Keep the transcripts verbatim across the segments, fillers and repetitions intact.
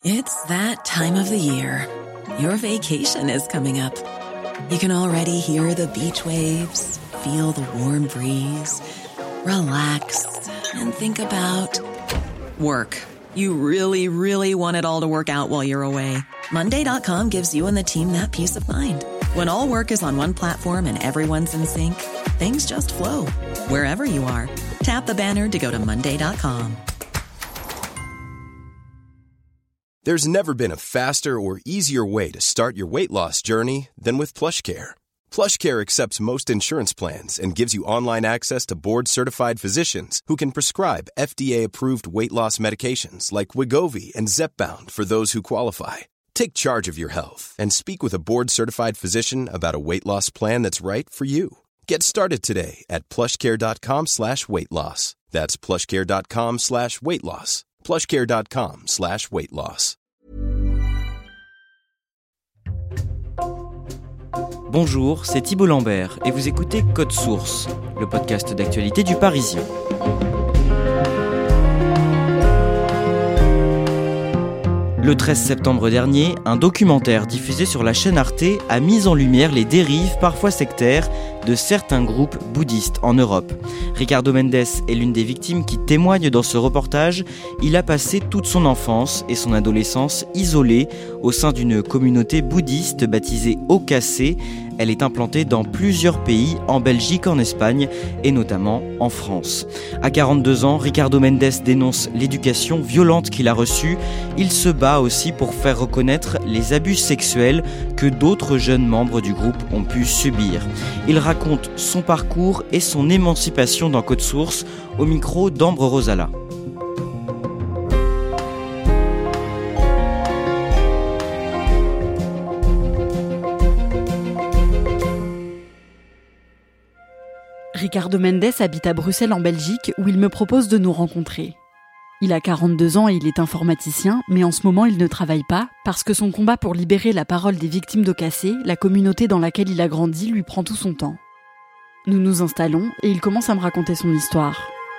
It's that time of the year. Your vacation is coming up. You can already hear the beach waves, feel the warm breeze, relax, and think about work. You really, really want it all to work out while you're away. Monday dot com gives you and the team that peace of mind. When all work is on one platform and everyone's in sync, things just flow. Wherever you are, tap the banner to go to Monday dot com. There's never been a faster or easier way to start your weight loss journey than with PlushCare. PlushCare accepts most insurance plans and gives you online access to board-certified physicians who can prescribe F D A-approved weight loss medications like Wegovy and Zepbound for those who qualify. Take charge of your health and speak with a board-certified physician about a weight loss plan that's right for you. Get started today at plushcare.com slash weight loss. That's plushcare.com slash weight loss. plushcare.com slash weight loss. Bonjour, c'est Thibault Lambert et vous écoutez Code Source, le podcast d'actualité du Parisien. Le treize septembre dernier, un documentaire diffusé sur la chaîne Arte a mis en lumière les dérives parfois sectaires de certains groupes bouddhistes en Europe. Ricardo Mendes est l'une des victimes qui témoigne dans ce reportage. Il a passé toute son enfance et son adolescence isolé au sein d'une communauté bouddhiste baptisée Okase. Elle est implantée dans plusieurs pays, en Belgique, en Espagne et notamment en France. À quarante-deux ans, Ricardo Mendes dénonce l'éducation violente qu'il a reçue. Il se bat aussi pour faire reconnaître les abus sexuels que d'autres jeunes membres du groupe ont pu subir. Il raconte son parcours et son émancipation dans Code Source au micro d'Ambre Rosala. Ricardo Mendes habite à Bruxelles en Belgique où il me propose de nous rencontrer. Il a quarante-deux ans et il est informaticien, mais en ce moment il ne travaille pas parce que son combat pour libérer la parole des victimes d'Okase, la communauté dans laquelle il a grandi, lui prend tout son temps. Nous nous installons et il commence à me raconter son histoire.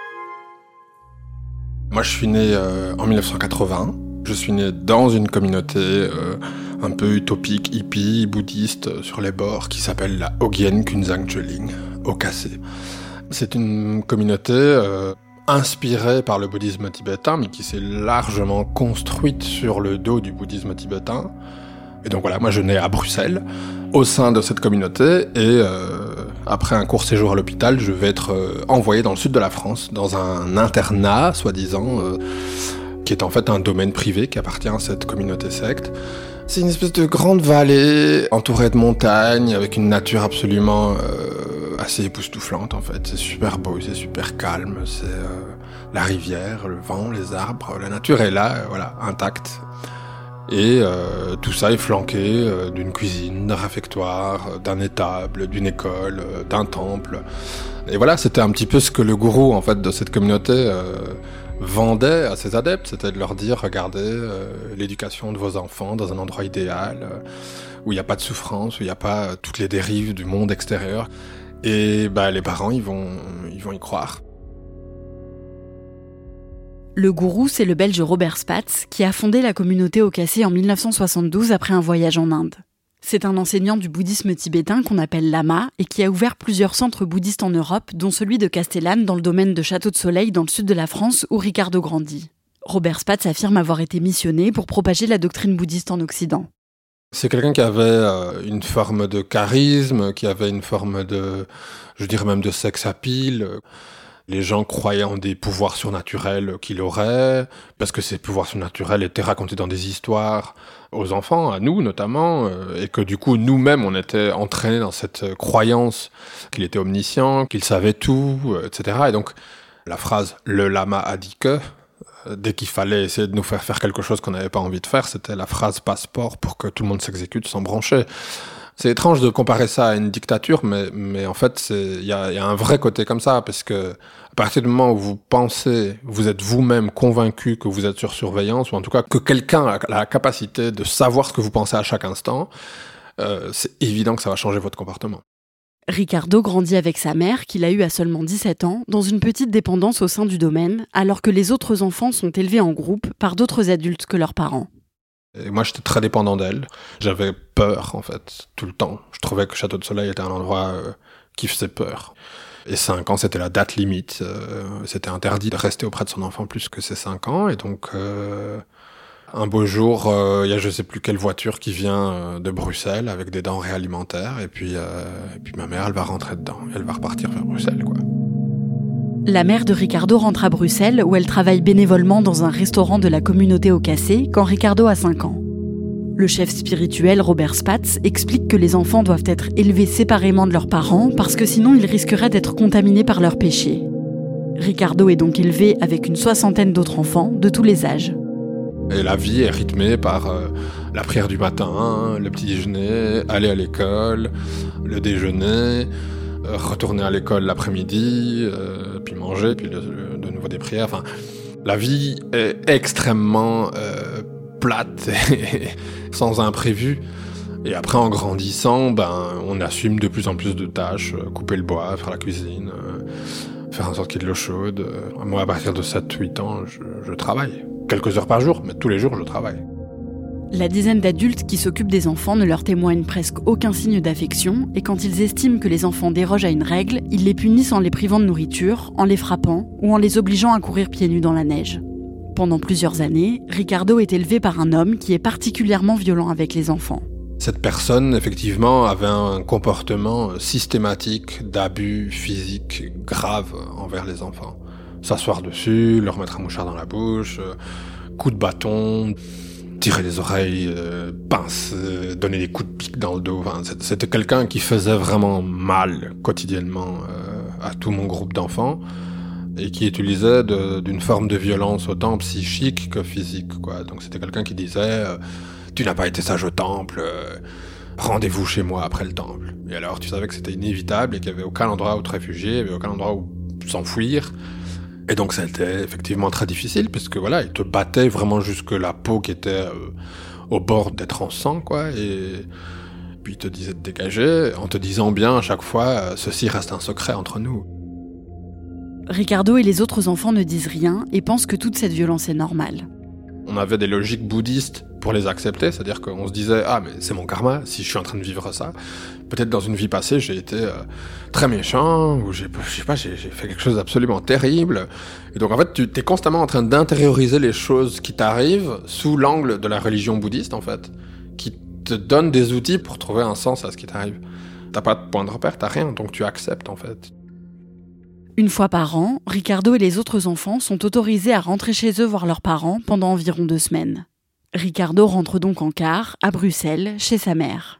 Moi je suis né euh, en dix-neuf cent quatre-vingts. Je suis né dans une communauté euh, un peu utopique, hippie, bouddhiste, euh, sur les bords, qui s'appelle la Ogyen Kunzang Choling, Okase. C'est une communauté euh, inspirée par le bouddhisme tibétain, mais qui s'est largement construite sur le dos du bouddhisme tibétain. Et donc voilà, moi je nais à Bruxelles, au sein de cette communauté, et euh, après un court séjour à l'hôpital, je vais être euh, envoyé dans le sud de la France, dans un internat, soi-disant, euh, qui est en fait un domaine privé qui appartient à cette communauté secte. C'est une espèce de grande vallée entourée de montagnes, avec une nature absolument euh, assez époustouflante en fait. C'est super beau, c'est super calme, c'est euh, la rivière, le vent, les arbres, la nature est là, euh, voilà, intacte. Et euh, tout ça est flanqué euh, d'une cuisine, d'un réfectoire, euh, d'un étable, d'une école, euh, d'un temple. Et voilà, c'était un petit peu ce que le gourou en fait de cette communauté euh, vendait à ses adeptes, c'était de leur dire, regardez, euh, l'éducation de vos enfants dans un endroit idéal, euh, où il n'y a pas de souffrance, où il n'y a pas euh, toutes les dérives du monde extérieur. Et bah, les parents, ils vont, ils vont y croire. Le gourou, c'est le Belge Robert Spatz, qui a fondé la communauté Okase en dix-neuf cent soixante-douze après un voyage en Inde. C'est un enseignant du bouddhisme tibétain qu'on appelle lama et qui a ouvert plusieurs centres bouddhistes en Europe, dont celui de Castellane dans le domaine de Château de Soleil dans le sud de la France où Ricardo grandit. Robert Spatz affirme avoir été missionné pour propager la doctrine bouddhiste en Occident. C'est quelqu'un qui avait euh, une forme de charisme, qui avait une forme de, je dirais même de sex appeal. Les gens croyaient en des pouvoirs surnaturels qu'il aurait, parce que ces pouvoirs surnaturels étaient racontés dans des histoires aux enfants, à nous notamment, et que du coup, nous-mêmes, on était entraînés dans cette croyance qu'il était omniscient, qu'il savait tout, et cetera. Et donc, la phrase « le lama a dit que », dès qu'il fallait essayer de nous faire faire quelque chose qu'on n'avait pas envie de faire, c'était la phrase passeport pour que tout le monde s'exécute sans brancher. C'est étrange de comparer ça à une dictature, mais, mais en fait, il y a, y a un vrai côté comme ça, parce que à partir du moment où vous pensez, vous êtes vous-même convaincu que vous êtes sur surveillance, ou en tout cas que quelqu'un a la capacité de savoir ce que vous pensez à chaque instant, euh, c'est évident que ça va changer votre comportement. Ricardo grandit avec sa mère, qu'il a eue à seulement dix-sept ans, dans une petite dépendance au sein du domaine, alors que les autres enfants sont élevés en groupe par d'autres adultes que leurs parents. Et moi, j'étais très dépendant d'elle. J'avais peur, en fait, tout le temps. Je trouvais que Château de Soleil était un endroit euh, qui faisait peur. Et cinq ans, c'était la date limite. Euh, c'était interdit de rester auprès de son enfant plus que ces cinq ans. Et donc, euh, un beau jour, il euh, y a je sais plus quelle voiture qui vient euh, de Bruxelles avec des denrées alimentaires. Et puis, euh, et puis ma mère, elle va rentrer dedans. Et elle va repartir vers Bruxelles, quoi. La mère de Ricardo rentre à Bruxelles où elle travaille bénévolement dans un restaurant de la communauté au Cassé quand Ricardo a cinq ans. Le chef spirituel Robert Spatz explique que les enfants doivent être élevés séparément de leurs parents parce que sinon ils risqueraient d'être contaminés par leurs péchés. Ricardo est donc élevé avec une soixantaine d'autres enfants de tous les âges. Et la vie est rythmée par euh, la prière du matin, le petit déjeuner, aller à l'école, le déjeuner, euh, retourner à l'école l'après-midi, euh, puis manger, puis le, le, de nouveau des prières. Enfin, la vie est extrêmement euh, plate et sans imprévu. Et après, en grandissant, ben, on assume de plus en plus de tâches, euh, couper le bois, faire la cuisine, euh, faire en sorte qu'il y ait de l'eau chaude. Euh, moi, à partir de sept huit ans, je, je travaille. Quelques heures par jour, mais tous les jours, je travaille. La dizaine d'adultes qui s'occupent des enfants ne leur témoignent presque aucun signe d'affection, et quand ils estiment que les enfants dérogent à une règle, ils les punissent en les privant de nourriture, en les frappant ou en les obligeant à courir pieds nus dans la neige. Pendant plusieurs années, Ricardo est élevé par un homme qui est particulièrement violent avec les enfants. Cette personne, effectivement, avait un comportement systématique d'abus physiques graves envers les enfants. S'asseoir dessus, leur mettre un mouchoir dans la bouche, euh, coups de bâton, tirer les oreilles, euh, pincer, donner des coups de pique dans le dos. Enfin, c'était quelqu'un qui faisait vraiment mal quotidiennement euh, à tout mon groupe d'enfants et qui utilisait de, d'une forme de violence autant psychique que physique, quoi. Donc c'était quelqu'un qui disait euh, « Tu n'as pas été sage au temple, euh, rendez-vous chez moi après le temple. » Et alors tu savais que c'était inévitable et qu'il n'y avait aucun endroit où te réfugier, il n'y avait aucun endroit où s'enfuir. Et donc ça a été effectivement très difficile, parce que voilà, il te battait vraiment jusque la peau qui était euh, au bord d'être en sang, quoi, et puis il te disait de dégager, en te disant bien à chaque fois, euh, ceci reste un secret entre nous. Ricardo et les autres enfants ne disent rien et pensent que toute cette violence est normale. On avait des logiques bouddhistes pour les accepter, c'est-à-dire qu'on se disait « Ah, mais c'est mon karma, si je suis en train de vivre ça. » Peut-être dans une vie passée, j'ai été euh, très méchant, ou j'ai, je sais pas, j'ai, j'ai fait quelque chose d'absolument terrible. Et donc en fait, tu es constamment en train d'intérioriser les choses qui t'arrivent sous l'angle de la religion bouddhiste, en fait, qui te donne des outils pour trouver un sens à ce qui t'arrive. T'as pas de point de repère, t'as rien, donc tu acceptes, en fait. Une fois par an, Ricardo et les autres enfants sont autorisés à rentrer chez eux voir leurs parents pendant environ deux semaines. Ricardo rentre donc en car, à Bruxelles, chez sa mère.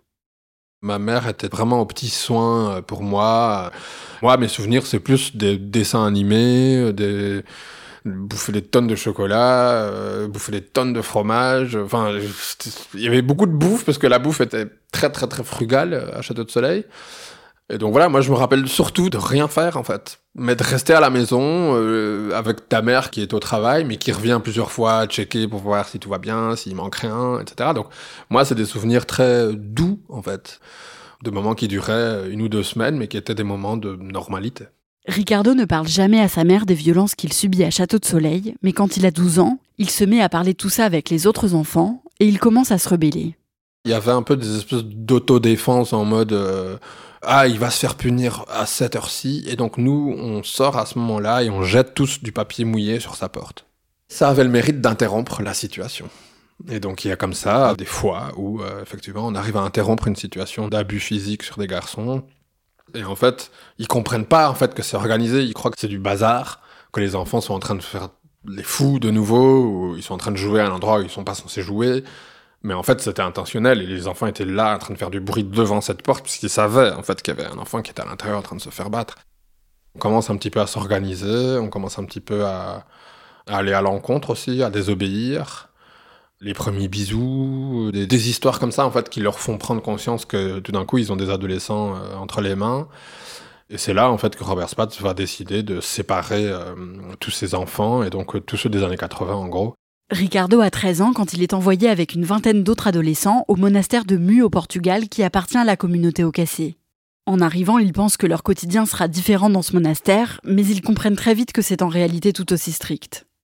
Ma mère était vraiment aux petits soins pour moi. Moi, mes souvenirs, c'est plus des dessins animés, des... bouffer des tonnes de chocolat, euh, bouffer des tonnes de fromage. Enfin, il y avait beaucoup de bouffe, parce que la bouffe était très, très, très frugale à Château de Soleil. Et donc voilà, moi je me rappelle surtout de rien faire, en fait. Mais de rester à la maison euh, avec ta mère qui est au travail, mais qui revient plusieurs fois checker pour voir si tout va bien, s'il manque rien, et cetera. Donc moi, c'est des souvenirs très doux, en fait. De moments qui duraient une ou deux semaines, mais qui étaient des moments de normalité. Ricardo ne parle jamais à sa mère des violences qu'il subit à Château de Soleil, mais quand il a douze ans, il se met à parler de tout ça avec les autres enfants, et il commence à se rebeller. Il y avait un peu des espèces d'autodéfense en mode... Euh, ah, il va se faire punir à cette heure-ci, et donc nous, on sort à ce moment-là et on jette tous du papier mouillé sur sa porte. Ça avait le mérite d'interrompre la situation. Et donc il y a comme ça des fois où, euh, effectivement, on arrive à interrompre une situation d'abus physique sur des garçons, et en fait, ils comprennent pas en fait que c'est organisé, ils croient que c'est du bazar, que les enfants sont en train de faire les fous de nouveau, ou ils sont en train de jouer à un endroit où ils sont pas censés jouer. Mais en fait, c'était intentionnel, et les enfants étaient là en train de faire du bruit devant cette porte, puisqu'ils savaient en fait qu'il y avait un enfant qui était à l'intérieur en train de se faire battre. On commence un petit peu à s'organiser, on commence un petit peu à, à aller à l'encontre aussi, à désobéir. Les premiers bisous, des, des histoires comme ça en fait qui leur font prendre conscience que tout d'un coup ils ont des adolescents euh, entre les mains. Et c'est là en fait que Robert Spatz va décider de séparer euh, tous ses enfants, et donc euh, tous ceux des années quatre-vingts en gros. Ricardo a treize ans quand il est envoyé avec une vingtaine d'autres adolescents au monastère de Mu au Portugal qui appartient à la communauté au Cassé. En arrivant, ils pensent que leur quotidien sera différent dans ce monastère, mais ils comprennent très vite que c'est en réalité tout aussi strict.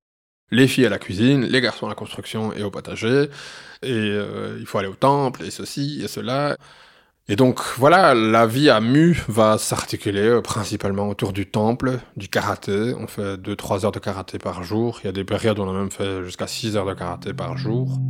Les filles à la cuisine, les garçons à la construction et au potager, et euh, il faut aller au temple, et ceci, et cela. Et donc voilà, la vie à Mu va s'articuler euh, principalement autour du temple, du karaté. On fait deux à trois heures de karaté par jour. Il y a des périodes où on a même fait jusqu'à six heures de karaté par jour.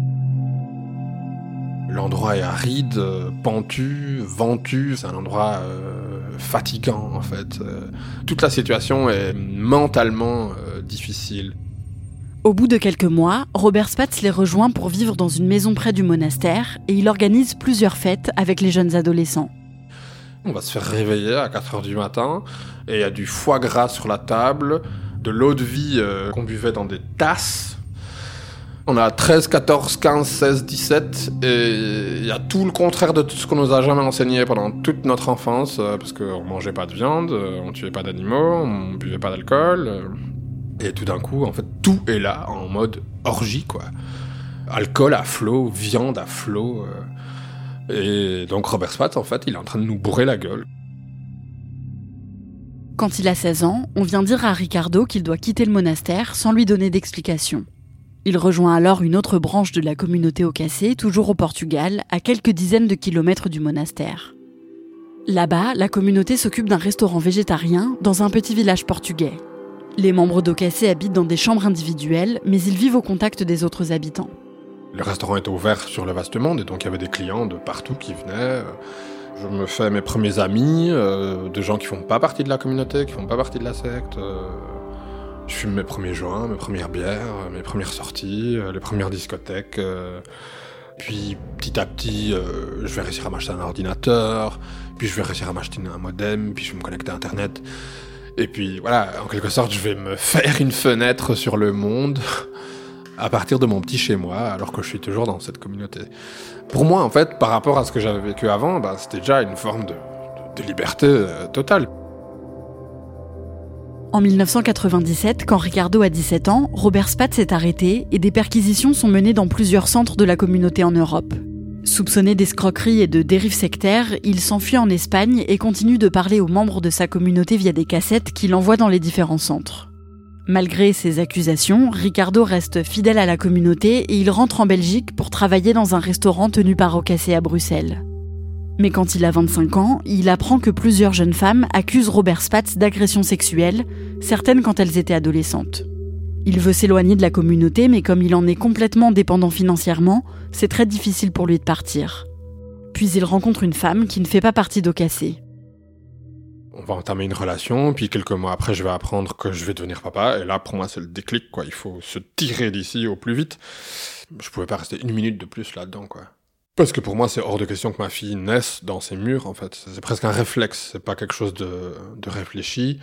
L'endroit est aride, euh, pentu, ventu, c'est un endroit euh, fatigant en fait. Euh, toute la situation est mentalement euh, difficile. Au bout de quelques mois, Robert Spatz les rejoint pour vivre dans une maison près du monastère et il organise plusieurs fêtes avec les jeunes adolescents. On va se faire réveiller à quatre heures du matin et il y a du foie gras sur la table, de l'eau de vie euh, qu'on buvait dans des tasses. On a treize, quatorze, quinze, seize, dix-sept et il y a tout le contraire de tout ce qu'on nous a jamais enseigné pendant toute notre enfance euh, parce qu'on mangeait pas de viande, euh, on tuait pas d'animaux, on buvait pas d'alcool. Euh, Et tout d'un coup, en fait, tout est là, en mode orgie, quoi. Alcool à flot, viande à flot. Euh... Et donc Robert Spatz, en fait, il est en train de nous bourrer la gueule. Quand il a seize ans, on vient dire à Ricardo qu'il doit quitter le monastère sans lui donner d'explication. Il rejoint alors une autre branche de la communauté Ocassé, toujours au Portugal, à quelques dizaines de kilomètres du monastère. Là-bas, la communauté s'occupe d'un restaurant végétarien dans un petit village portugais. Les membres d'Ocassé habitent dans des chambres individuelles, mais ils vivent au contact des autres habitants. Le restaurant était ouvert sur le vaste monde, et donc il y avait des clients de partout qui venaient. Je me fais mes premiers amis, euh, de gens qui font pas partie de la communauté, qui font pas partie de la secte. Euh, je fume mes premiers joints, mes premières bières, mes premières sorties, euh, les premières discothèques. Euh, puis petit à petit, euh, je vais réussir à m'acheter un ordinateur, puis je vais réussir à m'acheter un modem, puis je vais me connecter à Internet. Et puis voilà, en quelque sorte, je vais me faire une fenêtre sur le monde à partir de mon petit chez-moi, alors que je suis toujours dans cette communauté. Pour moi, en fait, par rapport à ce que j'avais vécu avant, bah, c'était déjà une forme de, de, de liberté euh, totale. En dix-neuf cent quatre-vingt-dix-sept, quand Ricardo a dix-sept ans, Robert Spatz est arrêté et des perquisitions sont menées dans plusieurs centres de la communauté en Europe. Soupçonné d'escroquerie et de dérives sectaires, il s'enfuit en Espagne et continue de parler aux membres de sa communauté via des cassettes qu'il envoie dans les différents centres. Malgré ces accusations, Ricardo reste fidèle à la communauté et il rentre en Belgique pour travailler dans un restaurant tenu par Ocassé à Bruxelles. Mais quand il a vingt-cinq ans, il apprend que plusieurs jeunes femmes accusent Robert Spatz d'agressions sexuelles, certaines quand elles étaient adolescentes. Il veut s'éloigner de la communauté, mais comme il en est complètement dépendant financièrement, c'est très difficile pour lui de partir. Puis il rencontre une femme qui ne fait pas partie d'Ocassé. On va entamer une relation, puis quelques mois après, je vais apprendre que je vais devenir papa, et là, pour moi, c'est le déclic, quoi. Il faut se tirer d'ici au plus vite. Je pouvais pas rester une minute de plus là-dedans, quoi. Parce que pour moi, c'est hors de question que ma fille naisse dans ces murs, en fait. C'est presque un réflexe, c'est pas quelque chose de, de réfléchi.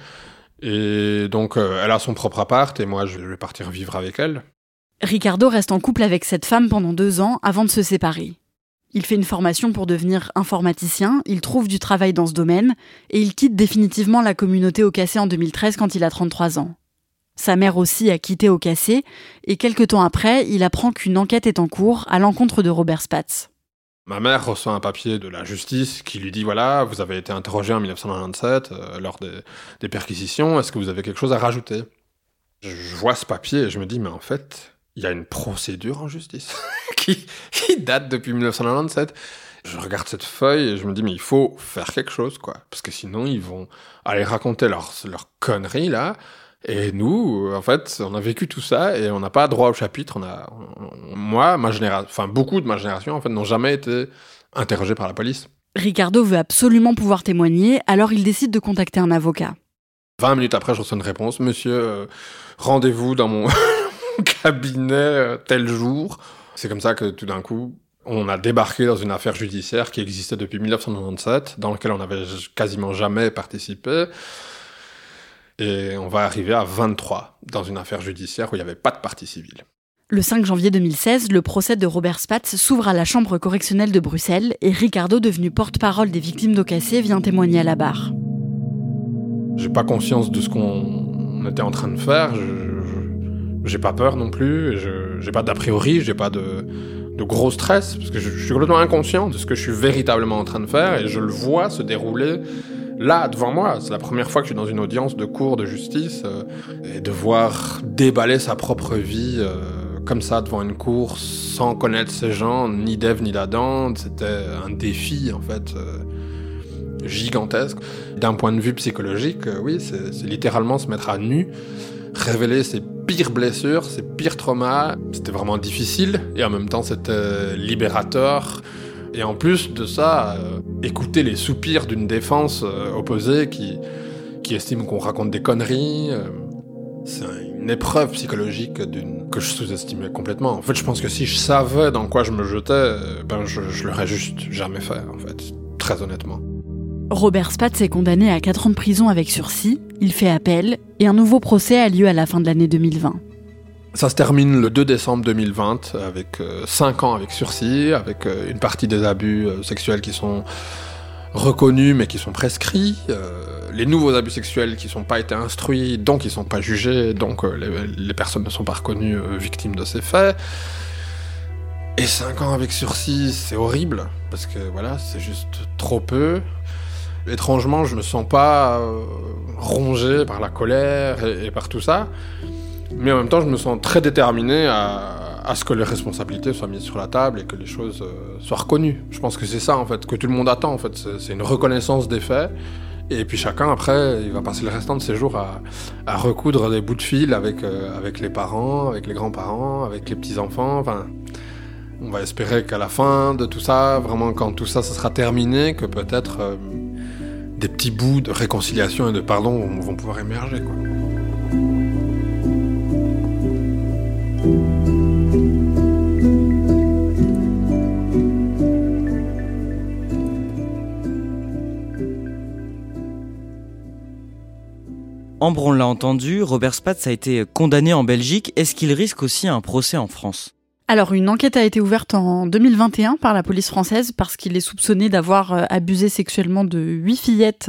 Et donc, euh, elle a son propre appart, et moi, je vais partir vivre avec elle. Ricardo reste en couple avec cette femme pendant deux ans avant de se séparer. Il fait une formation pour devenir informaticien, il trouve du travail dans ce domaine, et il quitte définitivement la communauté Ocassé en deux mille treize quand il a trente-trois ans. Sa mère aussi a quitté Ocassé, et quelques temps après, il apprend qu'une enquête est en cours à l'encontre de Robert Spatz. Ma mère reçoit un papier de la justice qui lui dit « Voilà, vous avez été interrogé en dix-neuf cent quatre-vingt-dix-sept euh, lors des, des perquisitions, est-ce que vous avez quelque chose à rajouter ?» Je vois ce papier et je me dis « Mais en fait, il y a une procédure en justice qui, qui date depuis dix-neuf cent quatre-vingt-dix-sept. » Je regarde cette feuille et je me dis « Mais il faut faire quelque chose, quoi. Parce que sinon, ils vont aller raconter leurs leur conneries, là. » Et nous, en fait, on a vécu tout ça et on n'a pas droit au chapitre. On a, on, moi, ma génération, enfin beaucoup de ma génération, en fait, n'ont jamais été interrogés par la police. Ricardo veut absolument pouvoir témoigner, alors il décide de contacter un avocat. vingt minutes après, je reçois une réponse. Monsieur, euh, rendez-vous dans mon cabinet euh, tel jour. C'est comme ça que tout d'un coup, on a débarqué dans une affaire judiciaire qui existait depuis dix-neuf cent quatre-vingt-dix-sept, dans laquelle on n'avait quasiment jamais participé. Et on va arriver à vingt-trois, dans une affaire judiciaire où il n'y avait pas de partie civile. Le cinq janvier deux mille seize, le procès de Robert Spatz s'ouvre à la chambre correctionnelle de Bruxelles et Ricardo, devenu porte-parole des victimes d'Ocassé, vient témoigner à la barre. J'ai pas conscience de ce qu'on était en train de faire, je, je, j'ai pas peur non plus, je, j'ai pas d'a priori, j'ai pas de, de gros stress, parce que je, je suis complètement inconscient de ce que je suis véritablement en train de faire et je le vois se dérouler là, devant moi, c'est la première fois que je suis dans une audience de cour de justice, euh, et de voir déballer sa propre vie euh, comme ça devant une cour, sans connaître ces gens, ni d'Ève ni d'Adam, c'était un défi en fait euh, gigantesque. D'un point de vue psychologique, euh, oui, c'est, c'est littéralement se mettre à nu, révéler ses pires blessures, ses pires traumas. C'était vraiment difficile et en même temps c'était libérateur. Et en plus de ça, euh, écouter les soupirs d'une défense euh, opposée qui, qui estime qu'on raconte des conneries, euh, c'est une épreuve psychologique d'une, que je sous-estimais complètement. En fait, je pense que si je savais dans quoi je me jetais, euh, ben je, je l'aurais juste jamais fait, en fait, très honnêtement. Robert Spatz est condamné à quatre ans de prison avec sursis, il fait appel, et un nouveau procès a lieu à la fin de l'année deux mille vingt. Ça se termine le deux décembre deux mille vingt, avec euh, cinq ans avec sursis, avec euh, une partie des abus euh, sexuels qui sont reconnus mais qui sont prescrits, euh, les nouveaux abus sexuels qui n'ont pas été instruits, donc ils ne sont pas jugés, donc euh, les, les personnes ne sont pas reconnues euh, victimes de ces faits. Et cinq ans avec sursis, c'est horrible, parce que voilà, c'est juste trop peu. Étrangement, je me sens pas euh, rongé par la colère et, et par tout ça, mais en même temps, je me sens très déterminé à, à ce que les responsabilités soient mises sur la table et que les choses euh, soient reconnues. Je pense que c'est ça, en fait, que tout le monde attend, en fait. C'est, c'est une reconnaissance des faits, et puis chacun, après, il va passer le restant de ses jours à, à recoudre des bouts de fil avec, euh, avec les parents, avec les grands-parents, avec les petits-enfants, enfin... On va espérer qu'à la fin de tout ça, vraiment quand tout ça, ça sera terminé, que peut-être euh, des petits bouts de réconciliation et de pardon vont, vont pouvoir émerger, quoi. Ambre, on l'a entendu, Robert Spatz a été condamné en Belgique. Est-ce qu'il risque aussi un procès en France ? Alors, une enquête a été ouverte en deux mille vingt et un par la police française parce qu'il est soupçonné d'avoir abusé sexuellement de huit fillettes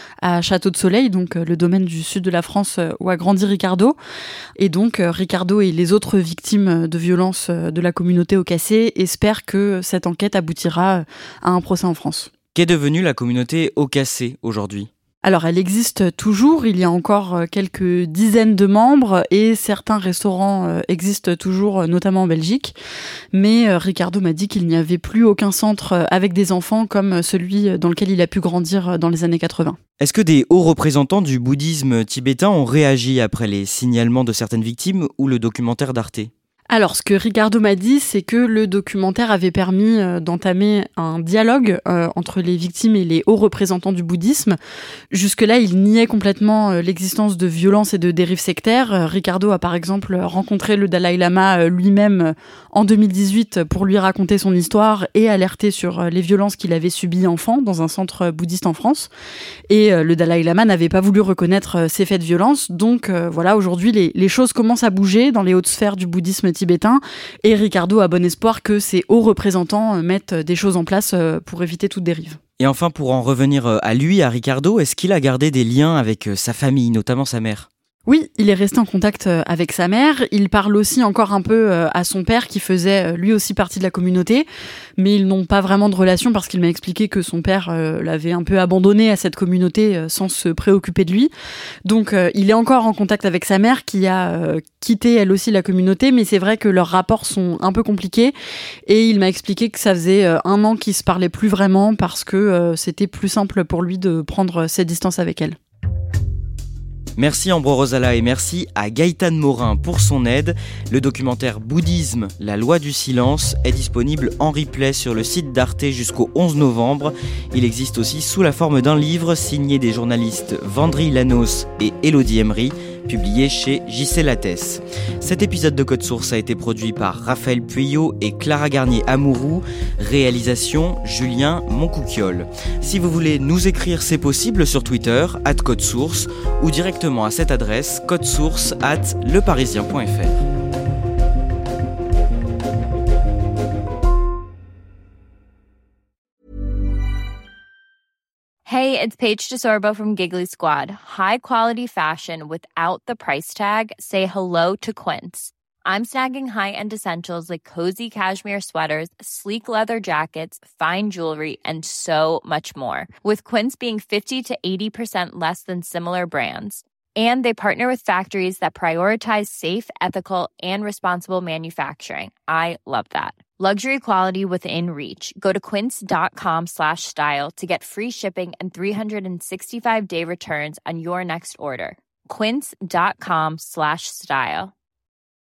à Château de Soleil, donc le domaine du sud de la France où a grandi Ricardo. Et donc, Ricardo et les autres victimes de violences de la communauté Aucassé espèrent que cette enquête aboutira à un procès en France. Qu'est devenue la communauté Aucassé aujourd'hui ? Alors, elle existe toujours, il y a encore quelques dizaines de membres et certains restaurants existent toujours, notamment en Belgique. Mais Ricardo m'a dit qu'il n'y avait plus aucun centre avec des enfants comme celui dans lequel il a pu grandir dans les années quatre-vingts. Est-ce que des hauts représentants du bouddhisme tibétain ont réagi après les signalements de certaines victimes ou le documentaire d'Arte ? Alors, ce que Ricardo m'a dit, c'est que le documentaire avait permis euh, d'entamer un dialogue euh, entre les victimes et les hauts représentants du bouddhisme. Jusque-là, il niait complètement euh, l'existence de violences et de dérives sectaires. Euh, Ricardo a par exemple rencontré le Dalai Lama euh, lui-même euh, en deux mille dix-huit pour lui raconter son histoire et alerter sur euh, les violences qu'il avait subies enfant dans un centre bouddhiste en France. Et euh, le Dalai Lama n'avait pas voulu reconnaître euh, ces faits de violence. Donc euh, voilà, aujourd'hui, les, les choses commencent à bouger dans les hautes sphères du bouddhisme tibétain, et Ricardo a bon espoir que ses hauts représentants mettent des choses en place pour éviter toute dérive. Et enfin, pour en revenir à lui, à Ricardo, est-ce qu'il a gardé des liens avec sa famille, notamment sa mère ? Oui, il est resté en contact avec sa mère. Il parle aussi encore un peu à son père qui faisait lui aussi partie de la communauté. Mais ils n'ont pas vraiment de relation parce qu'il m'a expliqué que son père l'avait un peu abandonné à cette communauté sans se préoccuper de lui. Donc il est encore en contact avec sa mère qui a quitté elle aussi la communauté. Mais c'est vrai que leurs rapports sont un peu compliqués. Et il m'a expliqué que ça faisait un an qu'ils se parlaient plus vraiment parce que c'était plus simple pour lui de prendre ses distances avec elle. Merci Ambre Rosala et merci à Gaëtan Morin pour son aide. Le documentaire Bouddhisme, la loi du silence est disponible en replay sur le site d'Arte jusqu'au onze novembre. Il existe aussi sous la forme d'un livre signé des journalistes Vendry Lanos et Elodie Emery, publié chez J C Lattès. Cet épisode de Code Source a été produit par Raphaël Pueyo et Clara Garnier-Amouroux. Réalisation Julien Moncouquiol. Si vous voulez nous écrire, c'est possible sur Twitter, arobase Code Source, ou directement à cette adresse codesource arobase leparisien point f r. Hey, it's Paige DeSorbo from Giggly Squad. High quality fashion without the price tag. Say hello to Quince. I'm snagging high-end essentials like cozy cashmere sweaters, sleek leather jackets, fine jewelry, and so much more. With Quince being fifty to eighty percent less than similar brands. And they partner with factories that prioritize safe, ethical, and responsible manufacturing. I love that. Luxury quality within reach. Go to quince.com slash style to get free shipping and three sixty-five day returns on your next order. Quince.com slash style.